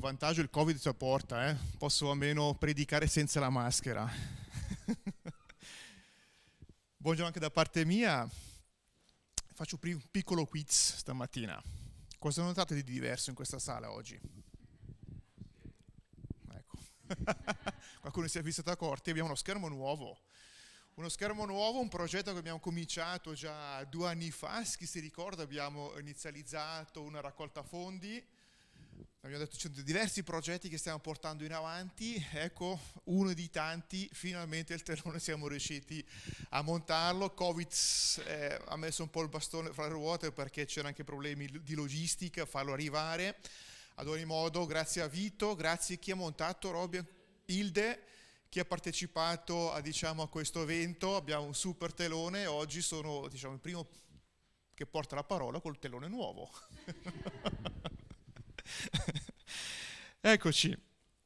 vantaggio il Covid ci porta, posso almeno predicare senza la maschera. Buongiorno anche da parte mia. Faccio un piccolo quiz stamattina. Cosa notate di diverso in questa sala oggi? Ecco. Qualcuno si è visto accorti, abbiamo uno schermo nuovo. Un progetto che abbiamo cominciato già 2 anni fa, chi si ricorda abbiamo inizializzato una raccolta fondi. Abbiamo detto ci sono diversi progetti che stiamo portando in avanti, ecco uno di tanti, finalmente il telone siamo riusciti a montarlo. Covid ha messo un po' il bastone fra le ruote perché c'erano anche problemi di logistica a farlo arrivare. Ad ogni modo, grazie a Vito, grazie a chi ha montato, Robby, Hilde, chi ha partecipato a questo evento. Abbiamo un super telone, oggi sono il primo che porta la parola col telone nuovo. Eccoci.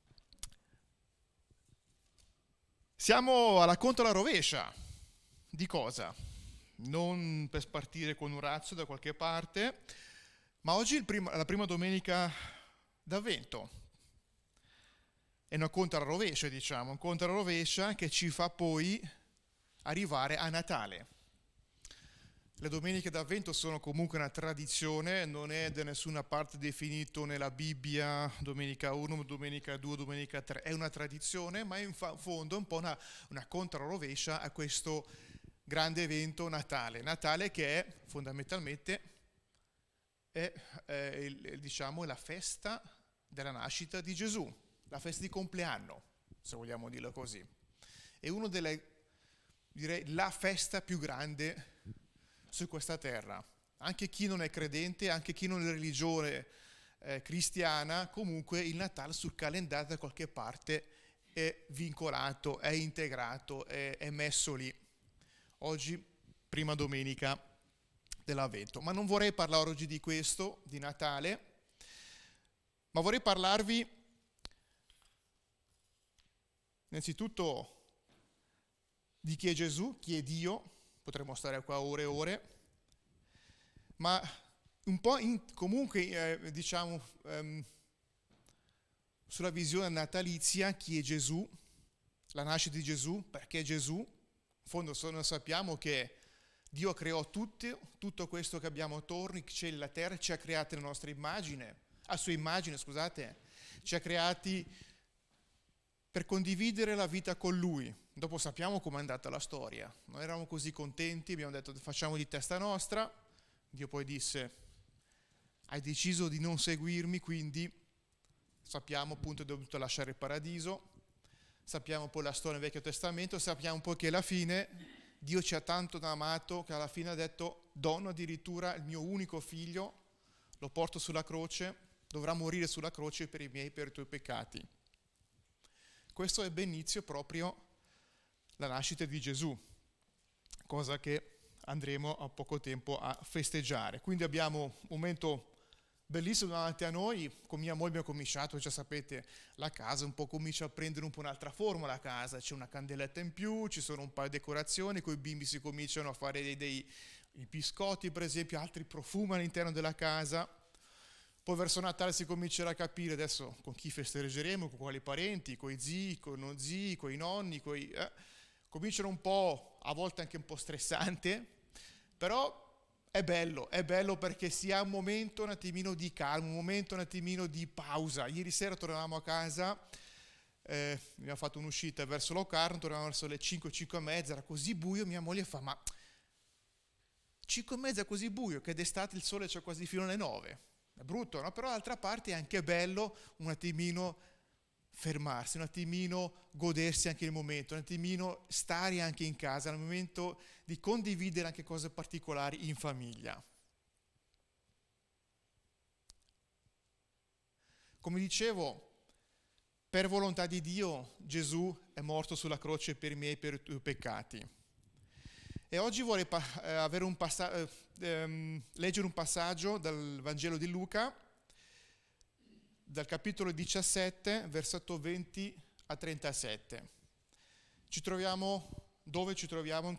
Siamo alla conto alla rovescia. Di cosa? Non per spartire con un razzo da qualche parte, ma oggi è la prima domenica d'Avvento. È una conto alla rovescia, un conto alla rovescia che ci fa poi arrivare a Natale. Le domeniche d'Avvento sono comunque una tradizione, non è da nessuna parte definito nella Bibbia domenica 1, domenica 2, domenica 3, è una tradizione, ma in fondo è un po' una controrovescia a questo grande evento Natale. Natale che è fondamentalmente è la festa della nascita di Gesù, la festa di compleanno, se vogliamo dirlo così. È una la festa più grande su questa terra. Anche chi non è credente, anche chi non è religione cristiana, comunque il Natale sul calendario da qualche parte è vincolato, è integrato, è messo lì. Oggi, prima domenica dell'Avvento. Ma non vorrei parlare oggi di questo, di Natale, ma vorrei parlarvi innanzitutto di chi è Gesù, chi è Dio. Potremmo stare qua ore e ore, ma un po' sulla visione natalizia, chi è Gesù, la nascita di Gesù, perché Gesù. In fondo noi sappiamo che Dio creò tutto questo che abbiamo attorno, il cielo e la terra, ci ha creati la nostra immagine, a sua immagine, ci ha creati per condividere la vita con Lui. Dopo sappiamo com'è andata la storia. Noi eravamo così contenti, abbiamo detto facciamo di testa nostra. Dio poi disse, hai deciso di non seguirmi, quindi sappiamo appunto che ho dovuto lasciare il paradiso. Sappiamo poi la storia del Vecchio Testamento, sappiamo poi che alla fine Dio ci ha tanto amato che alla fine ha detto dono addirittura il mio unico figlio, lo porto sulla croce, dovrà morire sulla croce per i miei e per i tuoi peccati. Questo ebbe inizio proprio la nascita di Gesù, cosa che andremo a poco tempo a festeggiare. Quindi abbiamo un momento bellissimo davanti a noi. Con mia moglie abbiamo cominciato, già sapete, la casa un po' comincia a prendere un po' un'altra forma, la casa, c'è una candeletta in più, ci sono un paio di decorazioni, con i bimbi si cominciano a fare i biscotti per esempio, altri profumi all'interno della casa. Poi verso Natale si comincerà a capire adesso con chi festeggeremo, con quali parenti, con i zii, con i non zii, con i nonni, cominciano un po', a volte anche un po' stressante, però è bello perché si ha un momento un attimino di calma, un momento un attimino di pausa. Ieri sera tornavamo a casa, abbiamo fatto un'uscita verso Locarno, tornavamo verso le 5, 5 e mezza, era così buio, mia moglie fa, ma 5 e mezza è così buio che d'estate il sole c'è quasi fino alle 9. È brutto, no? Però d'altra parte è anche bello un attimino fermarsi, un attimino godersi anche il momento, un attimino stare anche in casa, nel momento di condividere anche cose particolari in famiglia. Come dicevo, per volontà di Dio Gesù è morto sulla croce per i miei e per i tuoi peccati. E oggi vorrei leggere un passaggio dal Vangelo di Luca, dal capitolo 17, versetto 20 a 37. Dove ci troviamo in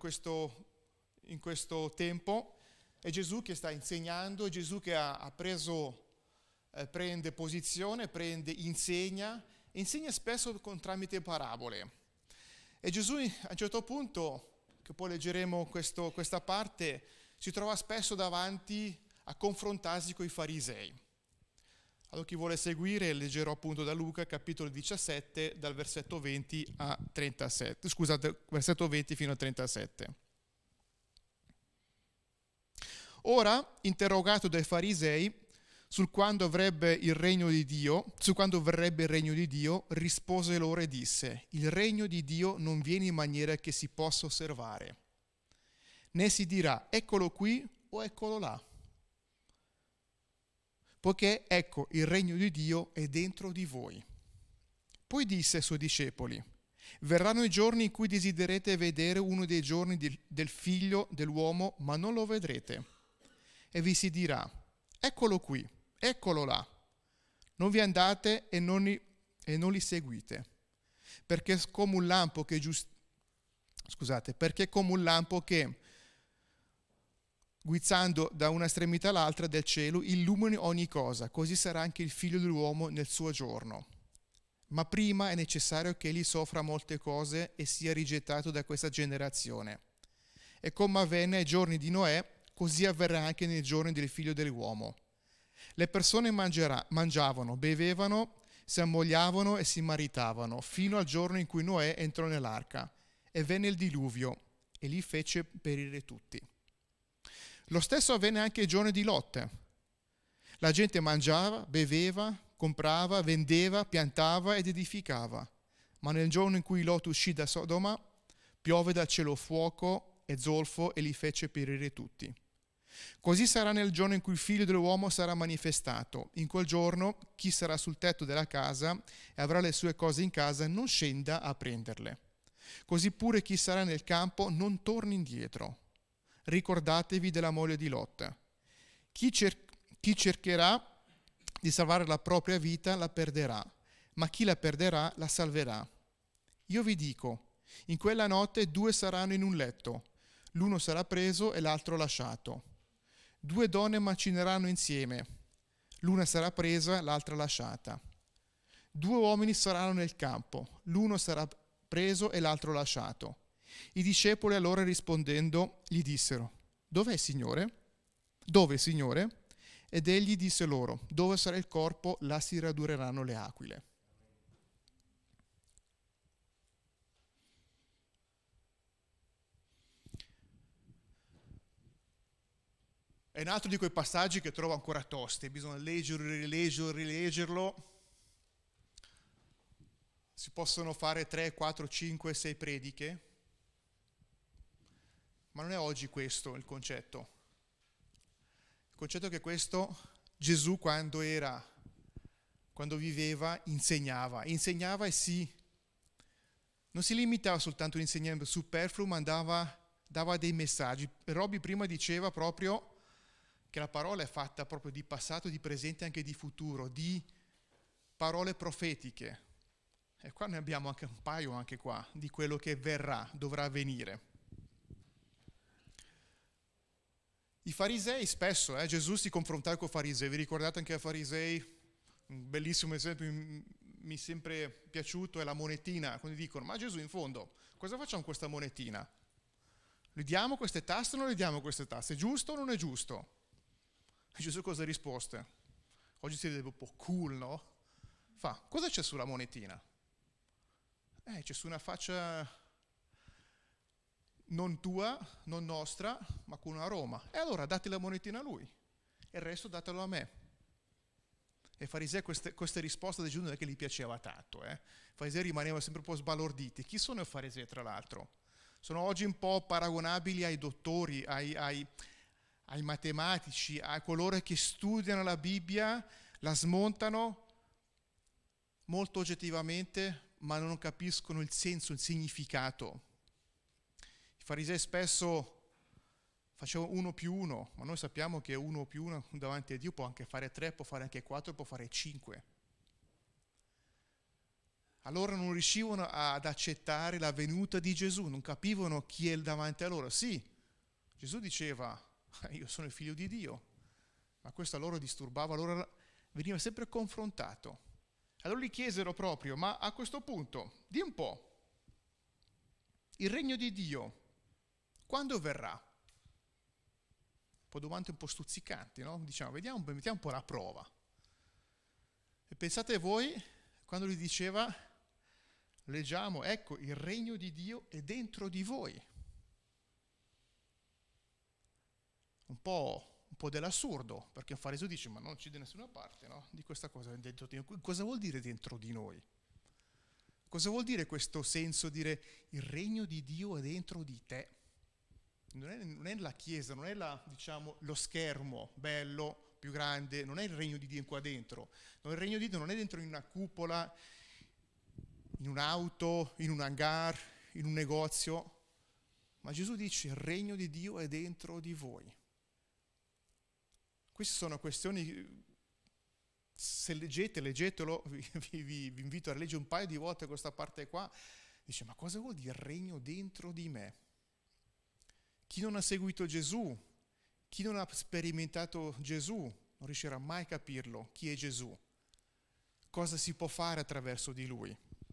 questo tempo? È Gesù che sta insegnando, è Gesù che ha preso prende posizione, insegna spesso tramite parabole. E Gesù a un certo punto, che poi leggeremo questa parte, si trova spesso davanti a confrontarsi con i farisei. Allora chi vuole seguire leggerò appunto da Luca capitolo 17 dal versetto 20 a 37. Scusate, versetto 20 fino a 37. Ora, interrogato dai farisei su quando verrebbe il regno di Dio, rispose loro e disse: il regno di Dio non viene in maniera che si possa osservare, né si dirà eccolo qui o eccolo là. Poiché ecco il regno di Dio è dentro di voi. Poi disse ai suoi discepoli: verranno i giorni in cui desiderete vedere uno dei giorni del figlio dell'uomo, ma non lo vedrete. E vi si dirà: eccolo qui, eccolo là. Non vi andate e non li seguite. Perché è come un lampo che guizzando da una estremità all'altra del cielo, illumini ogni cosa, così sarà anche il figlio dell'uomo nel suo giorno. Ma prima è necessario che egli soffra molte cose e sia rigettato da questa generazione. E come avvenne ai giorni di Noè, così avverrà anche nei giorni del figlio dell'uomo. Le persone mangiavano, bevevano, si ammogliavano e si maritavano, fino al giorno in cui Noè entrò nell'arca, e venne il diluvio, e li fece perire tutti. Lo stesso avvenne anche ai giorni di Lot. La gente mangiava, beveva, comprava, vendeva, piantava ed edificava. Ma nel giorno in cui Lot uscì da Sodoma, piove dal cielo fuoco e zolfo e li fece perire tutti. Così sarà nel giorno in cui il figlio dell'uomo sarà manifestato. In quel giorno chi sarà sul tetto della casa e avrà le sue cose in casa non scenda a prenderle. Così pure chi sarà nel campo non torni indietro. Ricordatevi della moglie di Lot. Chi cercherà di salvare la propria vita la perderà, ma chi la perderà la salverà. Io vi dico, in quella notte 2 saranno in un letto, l'uno sarà preso e l'altro lasciato. 2 donne macineranno insieme, l'una sarà presa, l'altra lasciata. 2 uomini saranno nel campo, l'uno sarà preso e l'altro lasciato. I discepoli allora rispondendo gli dissero: Dov'è, Signore? Dove, Signore? Ed egli disse loro: dove sarà il corpo, là si raduneranno le aquile. È un altro di quei passaggi che trovo ancora tosti, bisogna leggerlo, rileggerlo. Si possono fare 3, 4, 5, 6 prediche, ma non è oggi questo il concetto. Il concetto è che questo Gesù quando viveva insegnava e non si limitava soltanto a insegnare superfluo, ma dava dei messaggi. Robby prima diceva proprio che la parola è fatta proprio di passato, di presente e anche di futuro, di parole profetiche. E qua ne abbiamo anche un paio anche qua, di quello che verrà, dovrà avvenire. I farisei spesso, Gesù si confrontava con i farisei, vi ricordate anche i farisei? Un bellissimo esempio mi è sempre piaciuto è la monetina, quando dicono: ma Gesù in fondo cosa facciamo con questa monetina? Gli diamo queste tasse o non gli diamo queste tasse? È giusto o non è giusto? E Gesù cosa risposte? Oggi si vede un po' cool, no? Cosa c'è sulla monetina? C'è su una faccia non tua, non nostra, ma con una Roma. E allora date la monetina a lui e il resto datelo a me. E i farisei queste risposte di Gesù non è che gli piaceva tanto. I farisei rimanevano sempre un po' sbalorditi. Chi sono i farisei, tra l'altro? Sono oggi un po' paragonabili ai dottori, ai matematici, a coloro che studiano la Bibbia, la smontano molto oggettivamente, ma non capiscono il senso, il significato. I farisei spesso facevano 1+1, ma noi sappiamo che 1+1 davanti a Dio può anche fare 3, può fare anche 4, può fare 5. Allora non riuscivano ad accettare la venuta di Gesù, non capivano chi è davanti a loro. Sì, Gesù diceva: io sono il figlio di Dio, ma questo a loro disturbava, allora veniva sempre confrontato. Allora gli chiesero proprio, ma a questo punto, di un po', il regno di Dio, quando verrà? Un po' domande un po' stuzzicanti, no? Diciamo, mettiamo un po' la prova. E pensate voi, quando gli diceva, leggiamo, ecco, il regno di Dio è dentro di voi. Un po' dell'assurdo, perché un fariseo dice, ma non c'è da nessuna parte, no? Di questa cosa dentro di noi. Cosa vuol dire dentro di noi? Cosa vuol dire questo senso dire il regno di Dio è dentro di te? Non è la chiesa, non è lo schermo bello, più grande, non è il regno di Dio qua dentro. No, il regno di Dio non è dentro in una cupola, in un'auto, in un hangar, in un negozio, ma Gesù dice il regno di Dio è dentro di voi. Queste sono questioni, se leggetelo, vi invito a leggere un paio di volte questa parte qua, dice ma cosa vuol dire regno dentro di me? Chi non ha seguito Gesù, chi non ha sperimentato Gesù, non riuscirà mai a capirlo, chi è Gesù, cosa si può fare attraverso di Lui.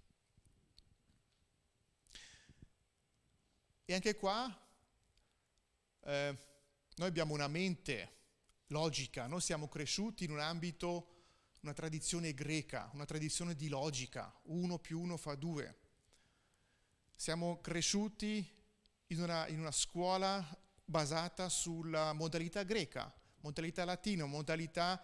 E anche qua noi abbiamo una mente logica, noi siamo cresciuti in un ambito, una tradizione greca, una tradizione di logica, 1 più 1 fa 2. Siamo cresciuti in una scuola basata sulla modalità greca, modalità latina, modalità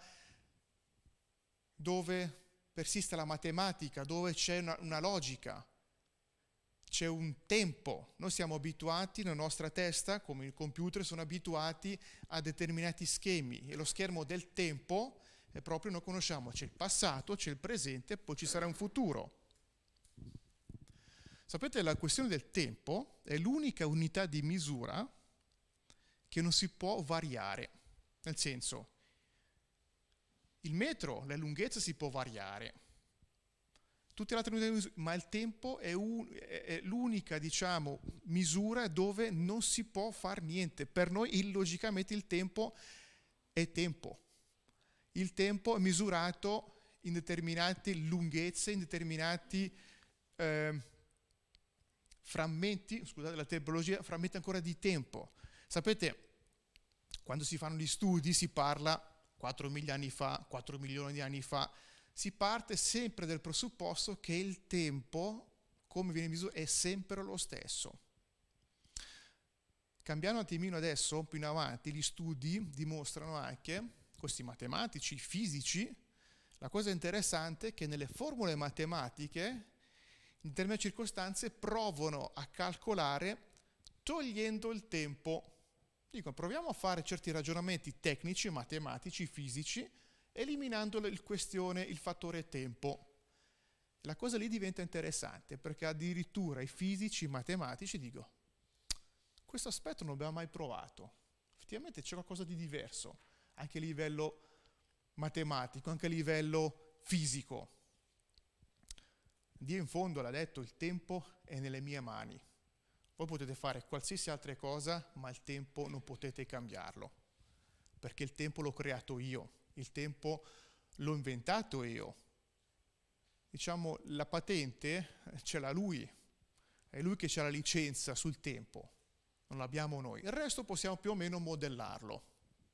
dove persiste la matematica, dove c'è una logica, c'è un tempo. Noi siamo abituati, nella nostra testa, come il computer, sono abituati a determinati schemi e lo schermo del tempo è proprio, noi conosciamo, c'è il passato, c'è il presente, poi ci sarà un futuro. Sapete, la questione del tempo è l'unica unità di misura che non si può variare. Nel senso, il metro, la lunghezza si può variare, tutte le altre unità di misura, ma il tempo è l'unica, misura dove non si può fare niente. Per noi, illogicamente, il tempo è tempo. Il tempo è misurato in determinate lunghezze, in determinati frammenti, scusate la terminologia, frammenti ancora di tempo. Sapete, quando si fanno gli studi si parla 4 milioni di anni fa, si parte sempre dal presupposto che il tempo, come viene misurato, è sempre lo stesso. Cambiando un attimino adesso, più in avanti, gli studi dimostrano anche, questi matematici, fisici, la cosa interessante è che nelle formule matematiche, in determinate circostanze, provano a calcolare togliendo il tempo. Dicono, proviamo a fare certi ragionamenti tecnici, matematici, fisici, eliminando il fattore tempo. La cosa lì diventa interessante, perché addirittura i fisici, i matematici dicono, questo aspetto non abbiamo mai provato. Effettivamente c'è qualcosa di diverso, anche a livello matematico, anche a livello fisico. Dio in fondo l'ha detto, il tempo è nelle mie mani. Voi potete fare qualsiasi altra cosa, ma il tempo non potete cambiarlo, perché il tempo l'ho creato io, il tempo l'ho inventato io. Diciamo, la patente ce l'ha lui, è lui che c'ha la licenza sul tempo, non l'abbiamo noi. Il resto possiamo più o meno modellarlo.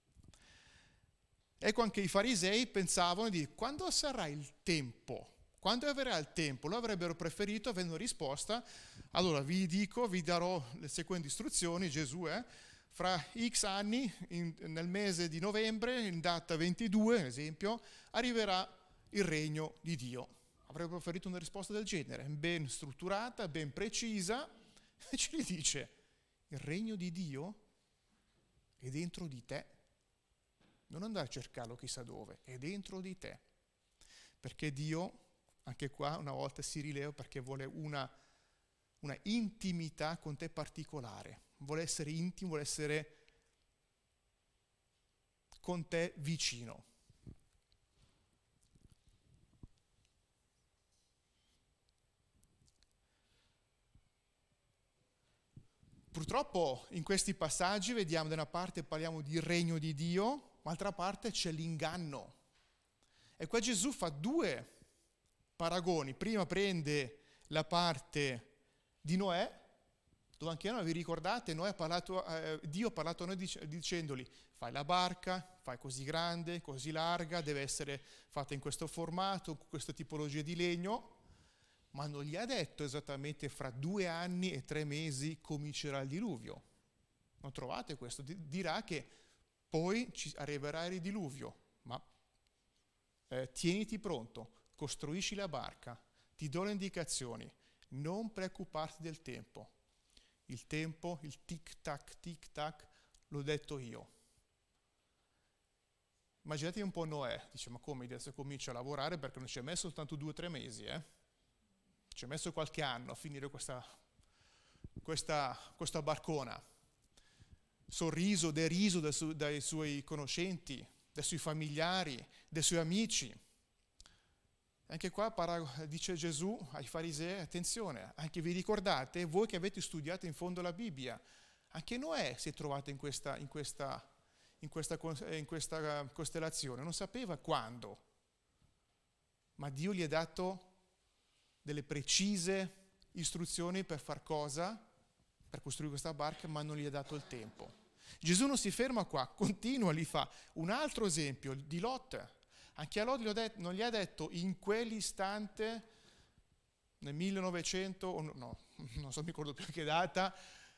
Ecco, anche i farisei pensavano di quando sarà il tempo? Quando verrà il tempo? Lo avrebbero preferito, avendo risposta, allora vi darò le seguenti istruzioni, Gesù fra X anni, nel mese di novembre, in data 22, ad esempio, arriverà il regno di Dio. Avrebbe preferito una risposta del genere, ben strutturata, ben precisa, e ci gli dice, il regno di Dio è dentro di te. Non andare a cercarlo chissà dove, è dentro di te. Perché Dio, anche qua una volta si rileva, perché vuole una intimità con te particolare. Vuole essere intimo, vuole essere con te vicino. Purtroppo in questi passaggi vediamo da una parte parliamo di regno di Dio, ma d'altra parte c'è l'inganno. E qua Gesù fa due paragoni. Prima prende la parte di Noè, dove anche noi, vi ricordate, Dio ha parlato a noi dicendogli: fai la barca, fai così grande, così larga, deve essere fatta in questo formato, con questa tipologia di legno, ma non gli ha detto esattamente fra 2 anni e 3 mesi comincerà il diluvio. Non trovate questo? Dirà che poi ci arriverà il diluvio, ma tieniti pronto, costruisci la barca, ti do le indicazioni, non preoccuparti del tempo. Il tempo, il tic tac, l'ho detto io. Immaginate un po' Noè, dice: ma come adesso comincia a lavorare, perché non ci ha messo soltanto 2 o 3 mesi, ci ha messo qualche anno a finire questa barcona. Sorriso, deriso dai suoi conoscenti, dai suoi familiari, dai suoi amici. Anche qua dice Gesù ai farisei: attenzione, anche vi ricordate, voi che avete studiato in fondo la Bibbia, anche Noè si è trovato in questa costellazione, non sapeva quando, ma Dio gli ha dato delle precise istruzioni per far cosa? Per costruire questa barca, ma non gli ha dato il tempo. Gesù non si ferma qua, continua, gli fa un altro esempio di Lot. Anche a Lot non gli ha detto in quell'istante, nel 1900, no, non so, mi ricordo più che data,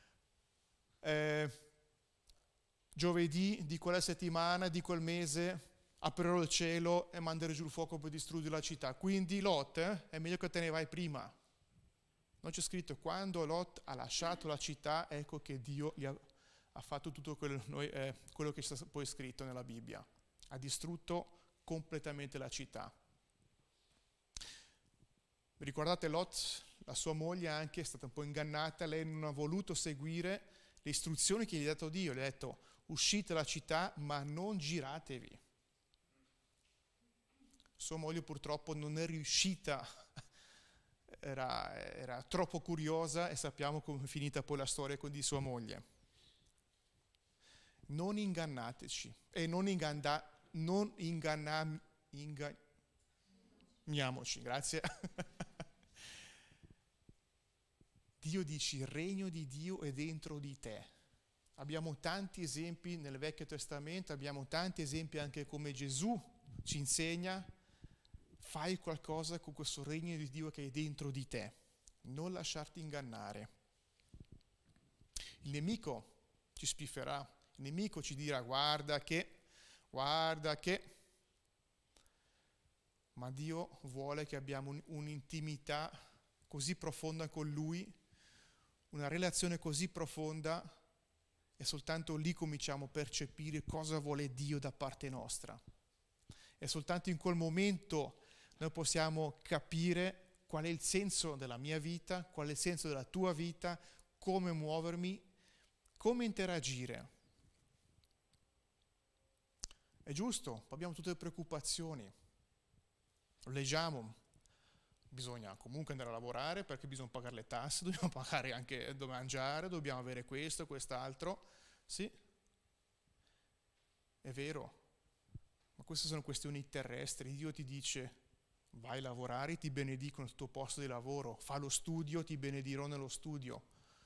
giovedì di quella settimana, di quel mese, aprirò il cielo e manderò giù il fuoco per distruggere la città. Quindi Lot, è meglio che te ne vai prima. Non c'è scritto: quando Lot ha lasciato la città, ecco che Dio gli ha fatto tutto quello che sta poi scritto nella Bibbia. Ha distrutto completamente la città. Vi ricordate Lot? La sua moglie anche è stata un po' ingannata, lei non ha voluto seguire le istruzioni che gli ha dato Dio, gli ha detto: uscite dalla città ma non giratevi. Sua moglie purtroppo non è riuscita, era troppo curiosa, e sappiamo come è finita poi la storia di sua moglie. Non ingannateci e non inganniamoci, grazie. Dio dice: il regno di Dio è dentro di te. Abbiamo tanti esempi nel Vecchio Testamento, abbiamo tanti esempi anche come Gesù ci insegna: fai qualcosa con questo regno di Dio che è dentro di te, non lasciarti ingannare. Il nemico ci spifferà, il nemico ci dirà: guarda che, ma Dio vuole che abbiamo un'intimità così profonda con Lui, una relazione così profonda, e soltanto lì cominciamo a percepire cosa vuole Dio da parte nostra. E soltanto in quel momento noi possiamo capire qual è il senso della mia vita, qual è il senso della tua vita, come muovermi, come interagire. È giusto, abbiamo tutte le preoccupazioni. Lo leggiamo, bisogna comunque andare a lavorare perché bisogna pagare le tasse, dobbiamo pagare anche da mangiare, dobbiamo avere questo, quest'altro. Sì, è vero, ma queste sono questioni terrestri. Dio ti dice: vai a lavorare, ti benedico nel tuo posto di lavoro, fa lo studio, ti benedirò nello studio.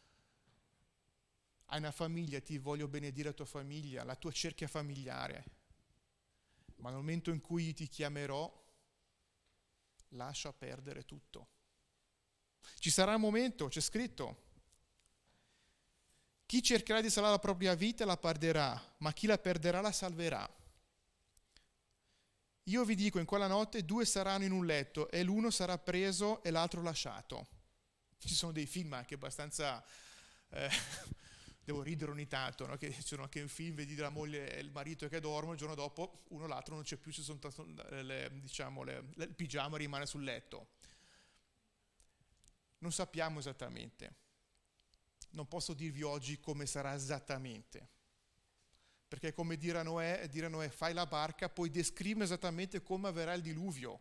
Hai una famiglia, ti voglio benedire la tua famiglia, la tua cerchia familiare. Ma nel momento in cui ti chiamerò, lascia perdere tutto. Ci sarà un momento, c'è scritto: chi cercherà di salvare la propria vita la perderà, ma chi la perderà la salverà. Io vi dico, in quella notte 2 saranno in un letto, e l'uno sarà preso e l'altro lasciato. Ci sono dei film anche abbastanza, devo ridere ogni tanto, no? Che ci sono anche in film, vedi la moglie e il marito che dormono, il giorno dopo uno o l'altro non c'è più, ci sono il pigiama rimane sul letto. Non sappiamo esattamente. Non posso dirvi oggi come sarà esattamente, perché come dire a Noè fai la barca, poi descrive esattamente come avverrà il diluvio.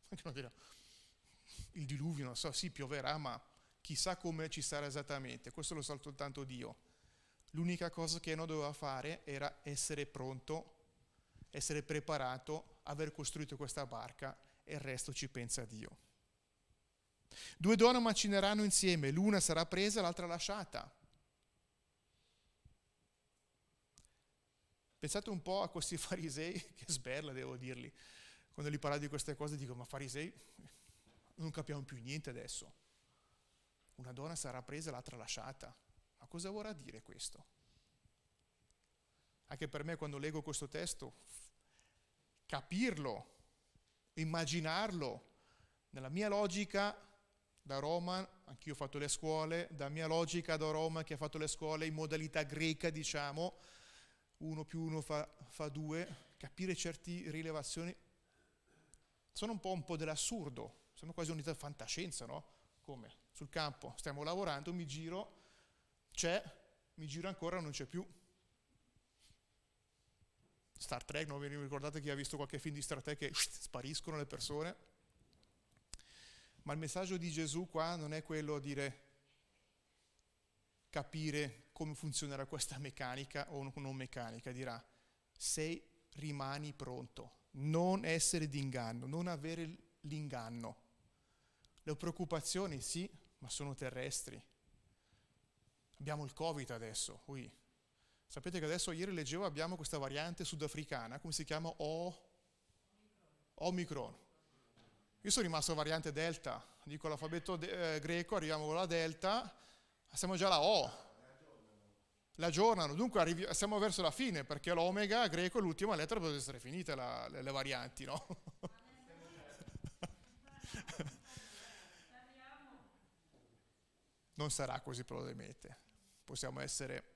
Il diluvio, non so, sì, pioverà, ma chissà come ci sarà esattamente, questo lo sa soltanto Dio. L'unica cosa che Noè doveva fare era essere pronto essere preparato, aver costruito questa barca e il resto ci pensa Dio. 2 donne macineranno insieme, l'una sarà presa, l'altra lasciata. Pensate un po' a questi farisei, che sberla devo dirli, quando gli parlavo di queste cose dico, ma farisei non capiamo più niente adesso. Una donna sarà presa, l'altra lasciata. Ma cosa vorrà dire questo? Anche per me quando leggo questo testo, capirlo, immaginarlo, nella mia logica da Roma, anch'io ho fatto le scuole, da mia logica da Roma che ha fatto le scuole in modalità greca, diciamo, 1 più 1 fa 2, capire certe rilevazioni sono un po' dell'assurdo, sono quasi un'unità di fantascienza, no? Come? Sul campo stiamo lavorando, mi giro, c'è, mi giro ancora, non c'è più. Star Trek, non vi ricordate chi ha visto qualche film di Star Trek che spariscono le persone? Ma il messaggio di Gesù qua non è quello di dire capire come funzionerà questa meccanica o non meccanica, dirà rimani pronto, non essere d'inganno, non avere l'inganno. Le preoccupazioni sì, ma sono terrestri. Abbiamo il Covid adesso, sapete che adesso ieri leggevo abbiamo questa variante sudafricana, come si chiama? Omicron. Io sono rimasto variante Delta, dico l'alfabeto greco, arriviamo alla Delta, siamo già alla O. L'aggiornano, dunque siamo verso la fine, perché l'omega greco, l'ultima lettera, potrebbe essere finita le varianti, no? Non sarà così probabilmente, possiamo essere...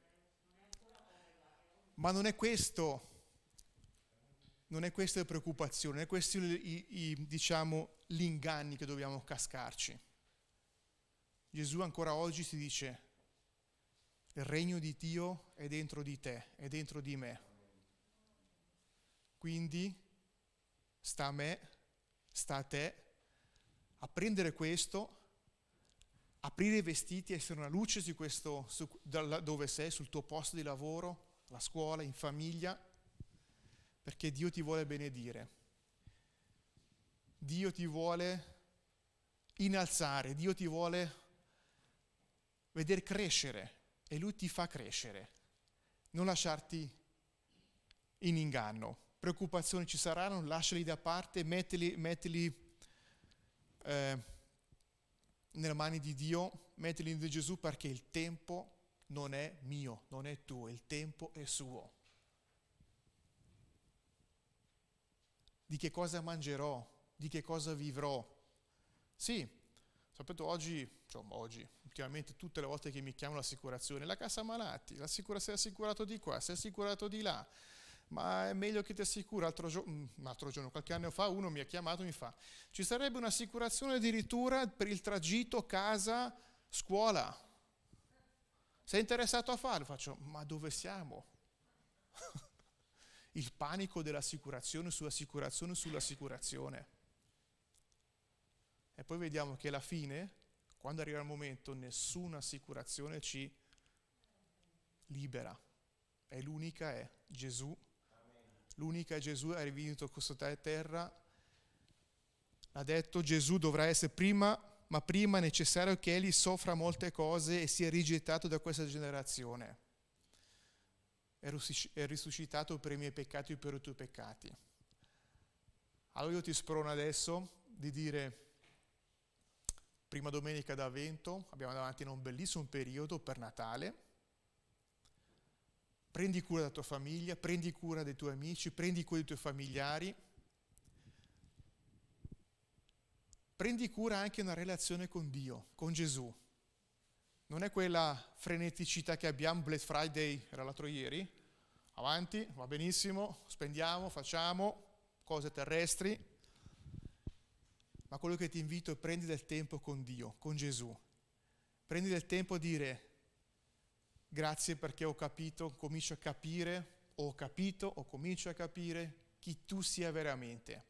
Ma non è questo la preoccupazione, non è questo diciamo, gli inganni che dobbiamo cascarci. Gesù ancora oggi si dice, il regno di Dio è dentro di te, è dentro di me. Quindi sta a me, sta a te, a prendere questo, aprire i vestiti, essere una luce su questo, dove sei, sul tuo posto di lavoro, alla scuola, in famiglia, perché Dio ti vuole benedire. Dio ti vuole innalzare, Dio ti vuole vedere crescere e Lui ti fa crescere. Non lasciarti in inganno. Preoccupazioni ci saranno, lasciali da parte, mettili nelle mani di Dio, mettili in Gesù, perché il tempo non è mio, non è tuo, il tempo è suo. Di che cosa mangerò? Di che cosa vivrò? Sì, sapete ultimamente tutte le volte che mi chiamano l'assicurazione, la cassa malati, sei assicurato di qua, sei assicurato di là, ma è meglio che ti assicura. Un altro giorno, qualche anno fa, uno mi ha chiamato e mi fa, ci sarebbe un'assicurazione addirittura per il tragitto casa, scuola. Sei interessato a farlo? Faccio, ma dove siamo? Il panico dell'assicurazione sull'assicurazione. E poi vediamo che alla fine, quando arriva il momento, nessuna assicurazione ci libera. E l'unica è Gesù. L'unica è Gesù, è venuto su terra. Ha detto Gesù dovrà essere ma prima è necessario che egli soffra molte cose e sia rigettato da questa generazione. È risuscitato per i miei peccati e per i tuoi peccati. Allora io ti sprono adesso di dire, prima domenica d'Avvento, abbiamo davanti a un bellissimo periodo per Natale, prendi cura della tua famiglia, prendi cura dei tuoi amici, prendi cura dei tuoi familiari, prendi cura anche una relazione con Dio, con Gesù. Non è quella freneticità che abbiamo, Black Friday era l'altro ieri, avanti, va benissimo, spendiamo, facciamo cose terrestri, ma quello che ti invito è prendi del tempo con Dio, con Gesù. Prendi del tempo a dire grazie perché ho capito, comincio a capire, comincio a capire chi tu sia veramente.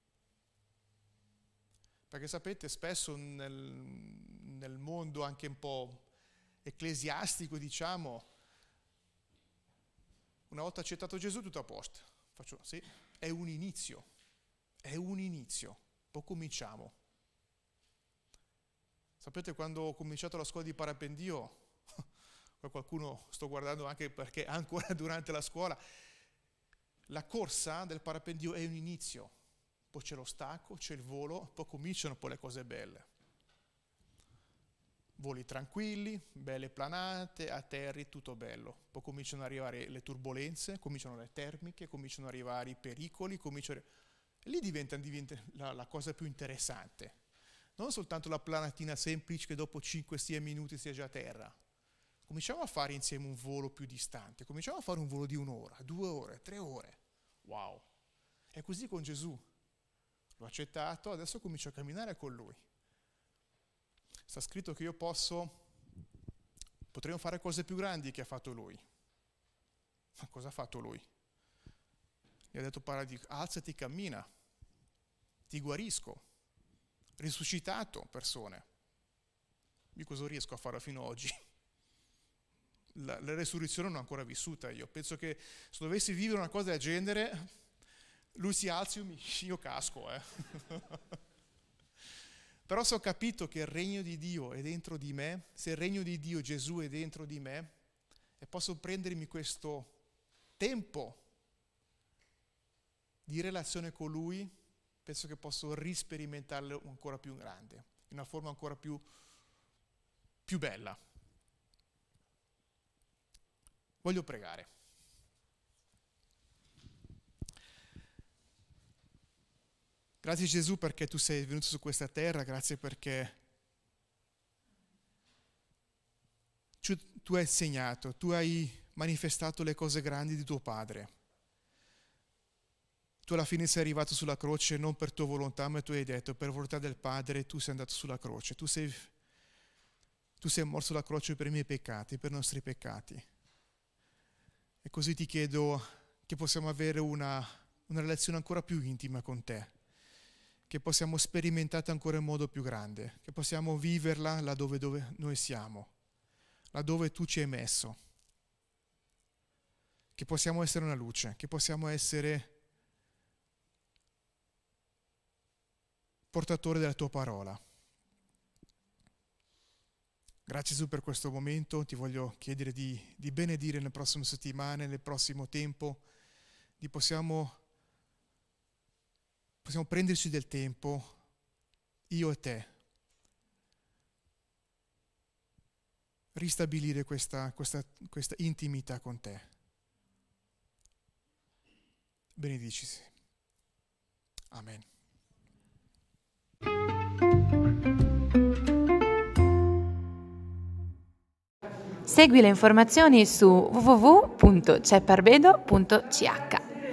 Perché sapete, spesso nel mondo anche un po' ecclesiastico, diciamo, una volta accettato Gesù tutto a posto, Sì, è un inizio, poi cominciamo. Sapete, quando ho cominciato la scuola di parapendio, qualcuno sto guardando anche perché ancora durante la scuola, la corsa del parapendio è un inizio, poi c'è lo stacco, c'è il volo, poi cominciano poi le cose belle. Voli tranquilli, belle planate, atterri, tutto bello. Poi cominciano ad arrivare le turbolenze, cominciano le termiche, cominciano ad arrivare i pericoli, lì diventa la cosa più interessante. Non soltanto la planatina semplice che dopo 5-6 minuti sia già a terra. Cominciamo a fare insieme un volo più distante, cominciamo a fare un volo di 1 ora, 2 ore, 3 ore. Wow! È così con Gesù. L'ho accettato, adesso comincio a camminare con Lui. Sta scritto che potremmo fare cose più grandi che ha fatto Lui. Ma cosa ha fatto Lui? Gli ha detto: alzati, cammina, ti guarisco, risuscitato persone. Io cosa riesco a fare fino ad oggi? La resurrezione non l'ho ancora vissuta io. Penso che se dovessi vivere una cosa del genere, Lui si alzi, io casco. Però se ho capito che il regno di Dio è dentro di me, se il regno di Dio, Gesù, è dentro di me, e posso prendermi questo tempo di relazione con Lui, penso che posso risperimentarlo ancora più grande, in una forma ancora più bella. Voglio pregare. Grazie Gesù perché tu sei venuto su questa terra, grazie perché tu hai insegnato, tu hai manifestato le cose grandi di tuo Padre. Tu alla fine sei arrivato sulla croce non per tua volontà, ma tu hai detto: per volontà del Padre tu sei andato sulla croce, tu sei morto sulla croce per i miei peccati, per i nostri peccati. E così ti chiedo che possiamo avere una relazione ancora più intima con te, che possiamo sperimentarla ancora in modo più grande, che possiamo viverla laddove noi siamo, laddove tu ci hai messo, che possiamo essere una luce, che possiamo essere portatori della tua parola. Grazie Gesù per questo momento, ti voglio chiedere di benedire nelle prossime settimane, nel prossimo tempo, possiamo prenderci del tempo, io e te, ristabilire questa intimità con te. Benedici. Amen. Segui le informazioni su www.cepparbedo.ch.